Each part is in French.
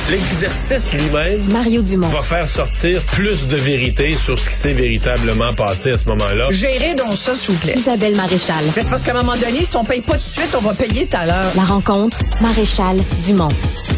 L'exercice lui-même Mario Dumont va faire sortir plus de vérité sur ce qui s'est véritablement passé à ce moment-là. Gérez donc ça, s'il vous plaît. Isabelle Maréchal. Mais c'est parce qu'à un moment donné, si on paye pas tout de suite, on va payer tout à l'heure. La rencontre Maréchal Dumont.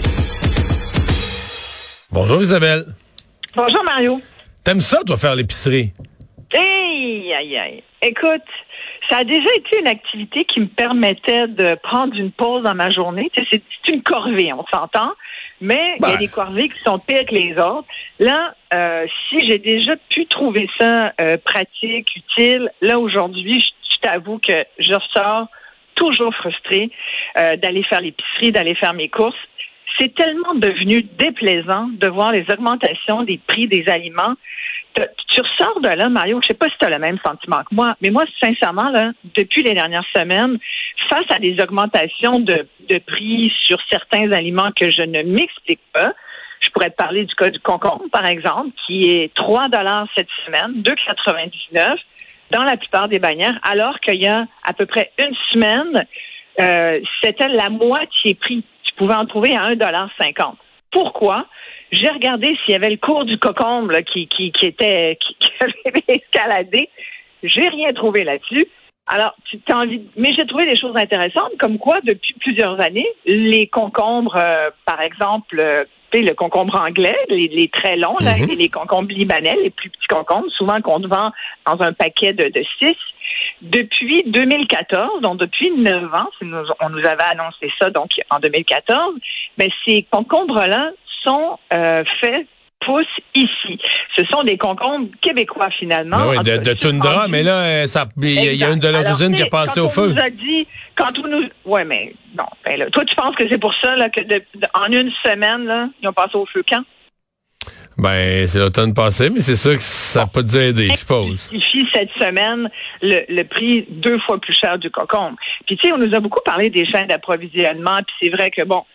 Bonjour Isabelle. Bonjour Mario. T'aimes ça, toi, faire l'épicerie? Aïe. Écoute, ça a déjà été une activité qui me permettait de prendre une pause dans ma journée. Tu sais, c'est une corvée, on s'entend. Mais il y a des corvées qui sont pires que les autres. Là, si j'ai déjà pu trouver ça pratique, utile, là, aujourd'hui, je t'avoue que je ressors toujours frustrée d'aller faire l'épicerie, d'aller faire mes courses. C'est tellement devenu déplaisant de voir les augmentations des prix des aliments. Tu ressors de là, Mario, je sais pas si tu as le même sentiment que moi, mais moi, sincèrement, là, depuis les dernières semaines, face à des augmentations de prix sur certains aliments que je ne m'explique pas, je pourrais te parler du cas du concombre, par exemple, qui est 3 $ cette semaine, 2,99 dans la plupart des bannières, alors qu'il y a à peu près une semaine, c'était la moitié prix. Tu pouvais en trouver à 1,50 $. Pourquoi? J'ai regardé s'il y avait le cours du concombre là, qui avait escaladé. J'ai rien trouvé là-dessus. Alors, t'as envie, mais j'ai trouvé des choses intéressantes, comme quoi, depuis plusieurs années, les concombres, par exemple, le concombre anglais, les très longs, là, et les concombres libanais, les plus petits concombres, souvent qu'on te vend dans un paquet de 6. Depuis 2014, donc depuis 9 ans, on nous avait annoncé ça donc en 2014, mais ces concombres-là sont poussent ici. Ce sont des concombres québécois, finalement. Ben oui, de toundra, mais là, il y a une de leurs usines qui a passé au feu. Nous a dit, ouais, mais non. Ben là, toi, tu penses que c'est pour ça là, que en une semaine, là, ils ont passé au feu quand? Ben, c'est l'automne passé, mais c'est ça que ça n'a pas dû aider, je suppose. Justifie cette semaine le prix 2 fois plus cher du concombre. Puis, tu sais, on nous a beaucoup parlé des chaînes d'approvisionnement, puis c'est vrai que, bon,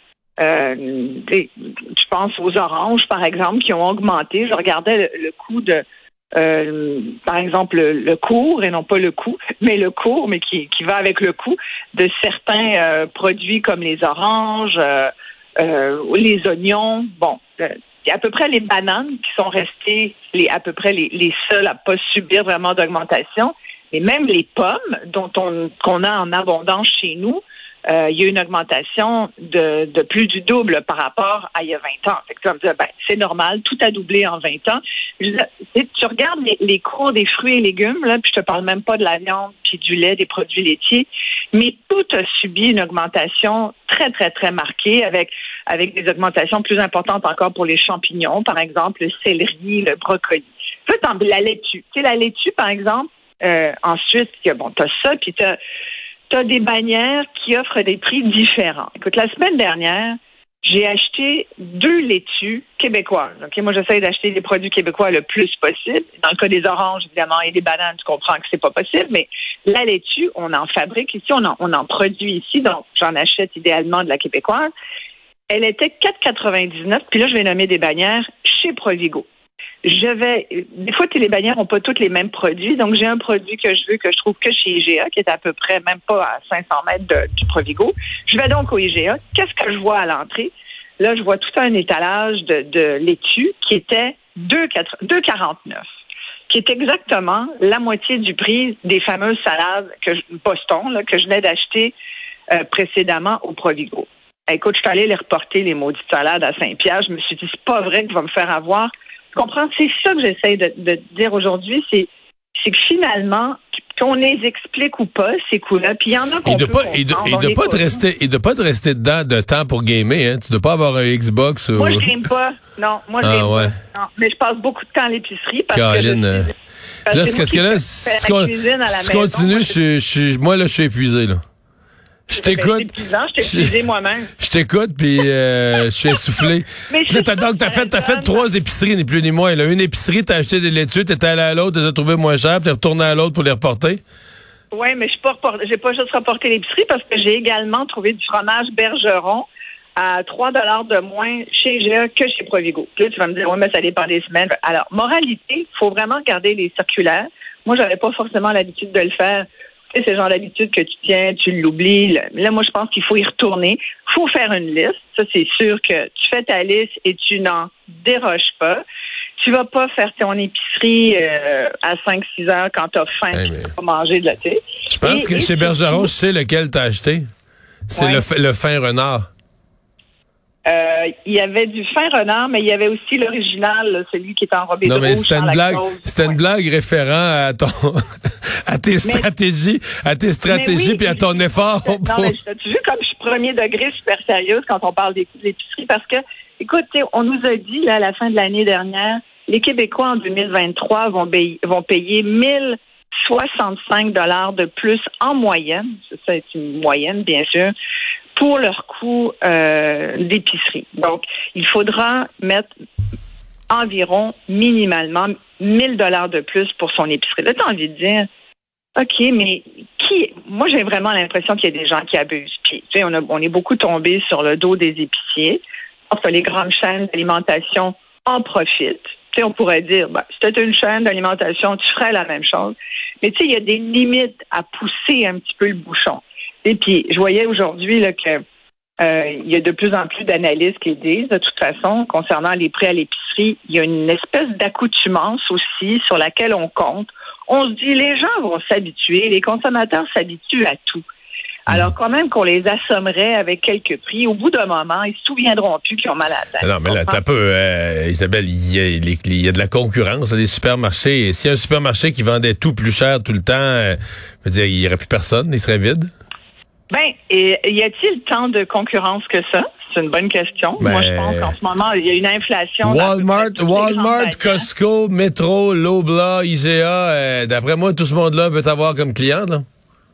tu penses aux oranges, par exemple, qui ont augmenté. Je regardais le coût de, par exemple, le cours, et non pas le coût, mais le cours, mais qui va avec le coût de certains produits comme les oranges, les oignons. Bon, à peu près les bananes qui sont restées à peu près les seules à pas subir vraiment d'augmentation. Mais même les pommes, qu'on a en abondance chez nous, il y a une augmentation de plus du double par rapport à il y a 20 ans. Fait que tu vas me dire, c'est normal, tout a doublé en 20 ans. Tu regardes les cours des fruits et légumes, là, puis je te parle même pas de la viande, puis du lait, des produits laitiers, mais tout a subi une augmentation très, très, très marquée avec des augmentations plus importantes encore pour les champignons, par exemple, le céleri, le brocoli. La laitue. Tu sais, la laitue, par exemple, ensuite, t'as ça, puis t'as des bannières qui offrent des prix différents. Écoute, la semaine dernière, j'ai acheté 2 laitues québécoises. Okay? Moi, j'essaie d'acheter des produits québécois le plus possible. Dans le cas des oranges, évidemment, et des bananes, tu comprends que c'est pas possible, mais la laitue, on en fabrique ici, on en produit ici, donc j'en achète idéalement de la québécoise. Elle était 4,99, puis là, je vais nommer des bannières chez Provigo. Des fois, les bannières n'ont pas toutes les mêmes produits, donc j'ai un produit que je trouve que chez IGA, qui est à peu près même pas à 500 mètres du Provigo. Je vais donc au IGA. Qu'est-ce que je vois à l'entrée? Là, je vois tout un étalage de laitue qui était 2,49, qui est exactement la moitié du prix des fameuses salades Boston, là, que je venais d'acheter précédemment au Provigo. Écoute, je suis allée les reporter, les maudites salades à Saint-Pierre. Je me suis dit, c'est pas vrai que va me faire avoir. Tu comprends? C'est ça que j'essaie de dire aujourd'hui, c'est que finalement, qu'on les explique ou pas, ces coûts-là, puis il y en a qu'on peut comprendre. Il ne doit pas te rester dedans de temps pour gamer, hein? Tu dois pas avoir un Xbox ou... Moi, je game pas. Non, moi, je game pas. Non, mais je passe beaucoup de temps à l'épicerie parce Caroline, si tu continues, moi, là, je suis épuisé, là. Je t'écoute. Je t'ai épuisé moi-même. Je t'écoute, puis je suis essoufflé. Donc, t'as fait 3 épiceries, ni plus ni moins. Là. Une épicerie, t'as acheté des laitues, t'es allé à l'autre, t'as trouvé moins cher, puis t'es retourné à l'autre pour les reporter. Oui, mais j'ai pas juste reporté l'épicerie parce que j'ai également trouvé du fromage Bergeron à 3 $ de moins chez IGA que chez Provigo. Puis là, tu vas me dire, oui, mais ça dépend des semaines. Alors, moralité, il faut vraiment garder les circulaires. Moi, j'avais pas forcément l'habitude de le faire C'est ce genre d'habitude que tu tiens, tu l'oublies. Là, moi, je pense qu'il faut y retourner. Il faut faire une liste. Ça, c'est sûr que tu fais ta liste et tu n'en déroges pas. Tu vas pas faire ton épicerie à 5-6 heures quand tu as faim et tu vas pas manger de la thé. Je pense que chez Bergeron, je sais lequel t'as acheté. C'est le fin renard. Il y avait du fin renard, mais il y avait aussi l'original, là, celui qui est enrobé de rouge. Non, mais c'était une blague référent à ton, à tes stratégies puis à ton effort. Non, mais tu vu comme je suis premier degré super sérieuse quand on parle des coûts de l'épicerie parce que, écoute, on nous a dit, là, à la fin de l'année dernière, les Québécois en 2023 vont payer 1065 $ de plus en moyenne. Ça, c'est une moyenne, bien sûr, pour leur coût d'épicerie. Donc, il faudra mettre environ, minimalement, 1000 $ de plus pour son épicerie. Là, tu as envie de dire, OK, mais moi, j'ai vraiment l'impression qu'il y a des gens qui abusent. Puis, tu sais, on est beaucoup tombé sur le dos des épiciers. Parce que les grandes chaînes d'alimentation en profitent. Tu sais, on pourrait dire, si c'était une chaîne d'alimentation, tu ferais la même chose. Mais tu sais, il y a des limites à pousser un petit peu le bouchon. Et puis, je voyais aujourd'hui là que il y a de plus en plus d'analystes qui disent, de toute façon, concernant les prix à l'épicerie, il y a une espèce d'accoutumance aussi sur laquelle on compte. On se dit, les gens vont s'habituer, les consommateurs s'habituent à tout. Alors, quand même qu'on les assommerait avec quelques prix, au bout d'un moment, ils se souviendront plus qu'ils ont mal à la tête. Non, mais là, t'as peu, Isabelle, il y a de la concurrence, les supermarchés. Et s'il y a un supermarché qui vendait tout plus cher tout le temps, je veux dire, il n'y aurait plus personne, il serait vide. Et y a-t-il tant de concurrence que ça? C'est une bonne question. Moi, je pense qu'en ce moment, il y a une inflation. Walmart, Costco, Metro, Loblaw, IGA, d'après moi, tout ce monde-là veut t'avoir comme cliente, là.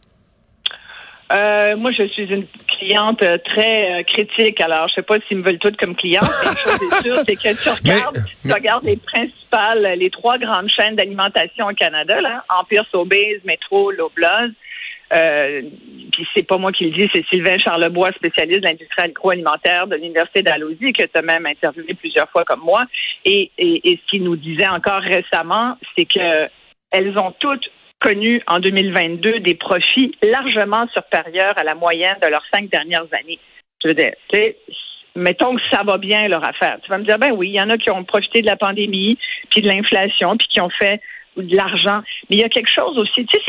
Moi, je suis une cliente très critique. Alors, je sais pas s'ils me veulent toutes comme cliente. Mais une chose est sûre, c'est que tu regardes les principales, les 3 grandes chaînes d'alimentation au Canada, là, Empire, Sobeys, Metro, Loblaw. Puis c'est pas moi qui le dis, c'est Sylvain Charlebois, spécialiste de l'industrie agroalimentaire de l'Université d'Alhousie, que tu as même interviewé plusieurs fois comme moi. Et ce qu'il nous disait encore récemment, c'est que elles ont toutes connu en 2022 des profits largement supérieurs à la moyenne de leurs 5 dernières années. Je veux dire, tu sais, mettons que ça va bien leur affaire. Tu vas me dire, ben oui, il y en a qui ont profité de la pandémie, puis de l'inflation, puis qui ont fait de l'argent. Mais il y a quelque chose aussi, tu sais,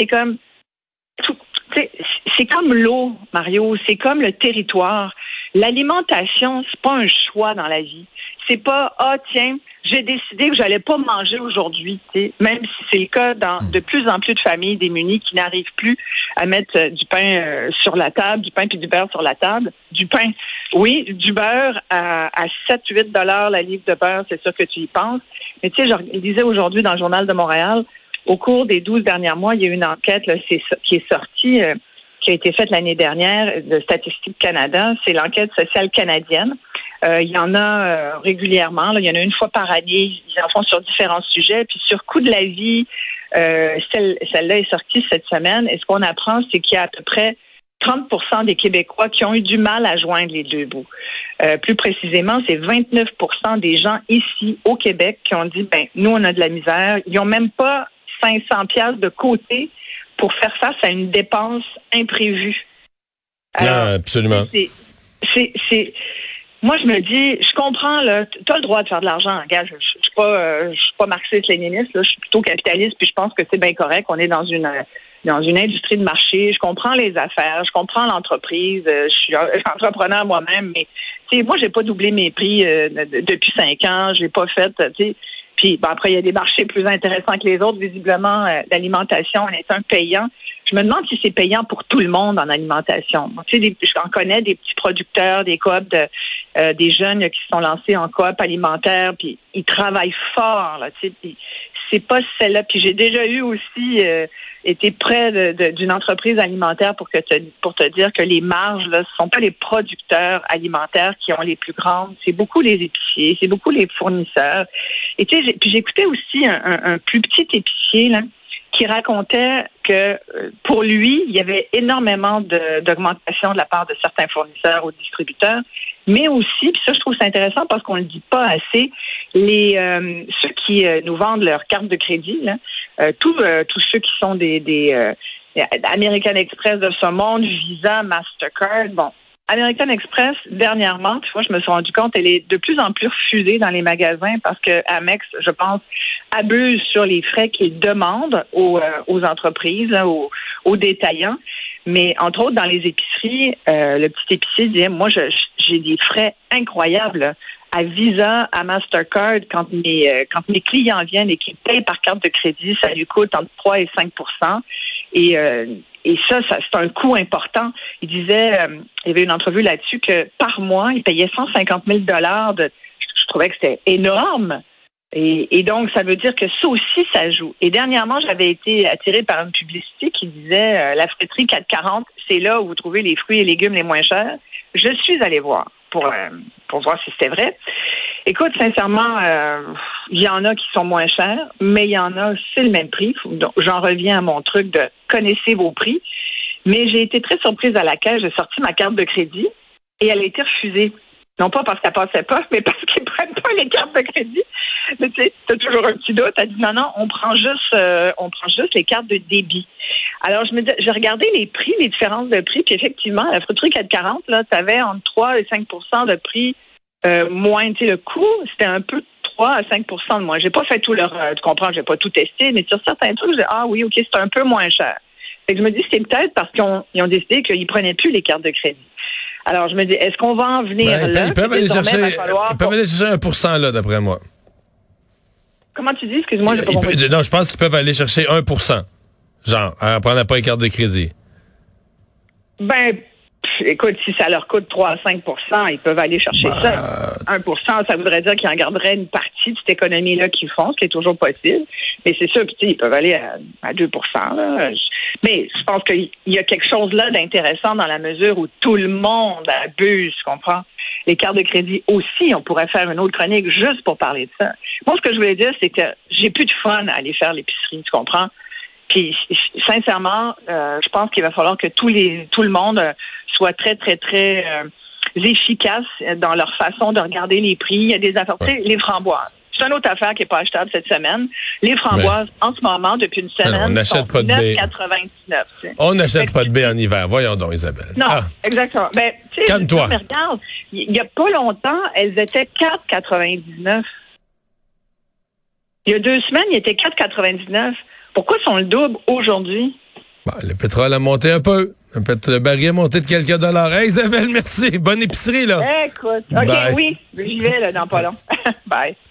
c'est comme l'eau, Mario, c'est comme le territoire. L'alimentation, c'est pas un choix dans la vie. C'est pas, tiens, j'ai décidé que j'allais pas manger aujourd'hui, même si c'est le cas dans de plus en plus de familles démunies qui n'arrivent plus à mettre du pain sur la table, du pain puis du beurre sur la table. Du pain, oui, du beurre à 7-8 $ la livre de beurre, c'est sûr que tu y penses. Mais tu sais, je lisais aujourd'hui dans le Journal de Montréal, au cours des 12 derniers mois, il y a eu une enquête là, qui est sortie, qui a été faite l'année dernière de Statistique Canada. C'est l'enquête sociale canadienne. Il y en a régulièrement. Là, il y en a une fois par année. Ils en font sur différents sujets. Puis sur coût de la vie, celle-là est sortie cette semaine. Et ce qu'on apprend, c'est qu'il y a à peu près 30% des Québécois qui ont eu du mal à joindre les deux bouts. Plus précisément, c'est 29% des gens ici au Québec qui ont dit, nous, on a de la misère. Ils n'ont même pas 500$ de côté pour faire face à une dépense imprévue. Alors, absolument. Moi, je me dis, je comprends, là, tu as le droit de faire de l'argent. Regarde, je suis pas marxiste-léniniste, là, je suis plutôt capitaliste, puis je pense que c'est bien correct. On est dans une industrie de marché. Je comprends les affaires, je comprends l'entreprise. Je suis entrepreneur moi-même, mais tu sais, moi, j'ai pas doublé mes prix depuis 5 ans. Je l'ai pas fait, tu sais. Puis après, il y a des marchés plus intéressants que les autres. Visiblement, l'alimentation en est un payant. Je me demande si c'est payant pour tout le monde en alimentation. Tu sais, j'en connais des petits producteurs, des coops, des jeunes qui se sont lancés en coop alimentaire, puis ils travaillent fort, là, tu sais. Puis c'est pas celle-là. Puis j'ai déjà eu aussi été près d'une entreprise alimentaire pour te dire que les marges, là, ce sont pas les producteurs alimentaires qui ont les plus grandes, c'est beaucoup les épiciers, c'est beaucoup les fournisseurs. Et tu sais, puis j'écoutais aussi un plus petit épicier là qui racontait que pour lui, il y avait énormément d'augmentation de la part de certains fournisseurs ou distributeurs, mais aussi, puis ça je trouve ça intéressant parce qu'on le dit pas assez, ceux qui nous vendent leurs cartes de crédit, là, tous ceux qui sont des American Express de ce monde, Visa, Mastercard, bon. American Express, dernièrement, tu vois, je me suis rendu compte, elle est de plus en plus refusée dans les magasins parce que Amex, je pense, abuse sur les frais qu'ils demandent aux entreprises, là, aux détaillants. Mais entre autres, dans les épiceries, le petit épicier disait, moi, j'ai des frais incroyables à Visa, à Mastercard, quand mes clients viennent et qu'ils payent par carte de crédit, ça lui coûte entre 3 et 5 Et ça, c'est un coût important. Il disait, il y avait une entrevue là-dessus que par mois, il payait 150 000 $. Je trouvais que c'était énorme. Et donc, ça veut dire que ça aussi, ça joue. Et dernièrement, j'avais été attirée par une publicité qui disait la friterie 440, c'est là où vous trouvez les fruits et légumes les moins chers. Je suis allée voir pour voir si c'était vrai. Écoute, sincèrement, il y en a qui sont moins chers, mais il y en a, c'est le même prix. Donc, j'en reviens à mon truc de connaissez vos prix. Mais j'ai été très surprise à la caisse. J'ai sorti ma carte de crédit et elle a été refusée. Non pas parce qu'elle passait pas, mais parce qu'ils prennent pas les cartes de crédit. Mais tu sais, t'as toujours un petit doute. Elle dit non, on prend juste les cartes de débit. Alors, j'ai regardé les prix, les différences de prix, puis effectivement, la friterie 440, là, t'avais entre 3 et 5 % de prix moins. Tu sais, le coût, c'était un peu 3 à 5 % de moins. J'ai pas fait tout tu comprends, j'ai pas tout testé, mais sur certains trucs, je dis, ah oui, OK, c'est un peu moins cher. Fait que je me dis, c'est peut-être parce qu'ils ont décidé qu'ils prenaient plus les cartes de crédit. Alors, je me dis, est-ce qu'on va en venir là? Ils peuvent aller chercher 1 % là, d'après moi. Comment tu dis? Excuse-moi, j'ai pas compris. Non, je pense qu'ils peuvent aller chercher 1 %. Genre, en prenant pas les cartes de crédit. Ben, écoute, si ça leur coûte 3 à 5 % ils peuvent aller chercher ça. 1 %, ça voudrait dire qu'ils en garderaient une partie de cette économie-là qu'ils font, ce qui est toujours possible. Mais c'est sûr, puis ils peuvent aller à 2 % là. Mais je pense qu'il y a quelque chose là d'intéressant dans la mesure où tout le monde abuse, tu comprends? Les cartes de crédit aussi, on pourrait faire une autre chronique juste pour parler de ça. Moi, ce que je voulais dire, c'est que j'ai plus de fun à aller faire l'épicerie, tu comprends? Puis, sincèrement, je pense qu'il va falloir que tout le monde soit très, très, très efficace dans leur façon de regarder les prix. Il y a des affaires, tu sais, les framboises. C'est une autre affaire qui n'est pas achetable cette semaine. Les framboises, en ce moment, depuis une semaine, sont 9,99. On n'achète pas de baies en hiver. Voyons donc, Isabelle. Non, exactement. Ben, calme-toi. Mais regarde, il n'y a pas longtemps, elles étaient 4,99. Il y a 2 semaines, il était 4,99. Pourquoi sont le double aujourd'hui? Le pétrole a monté un peu. Le baril a monté de quelques dollars. Hey, Isabelle, merci. Bonne épicerie, là. Écoute, OK, bye. Oui, j'y vais là, dans pas long. Bye.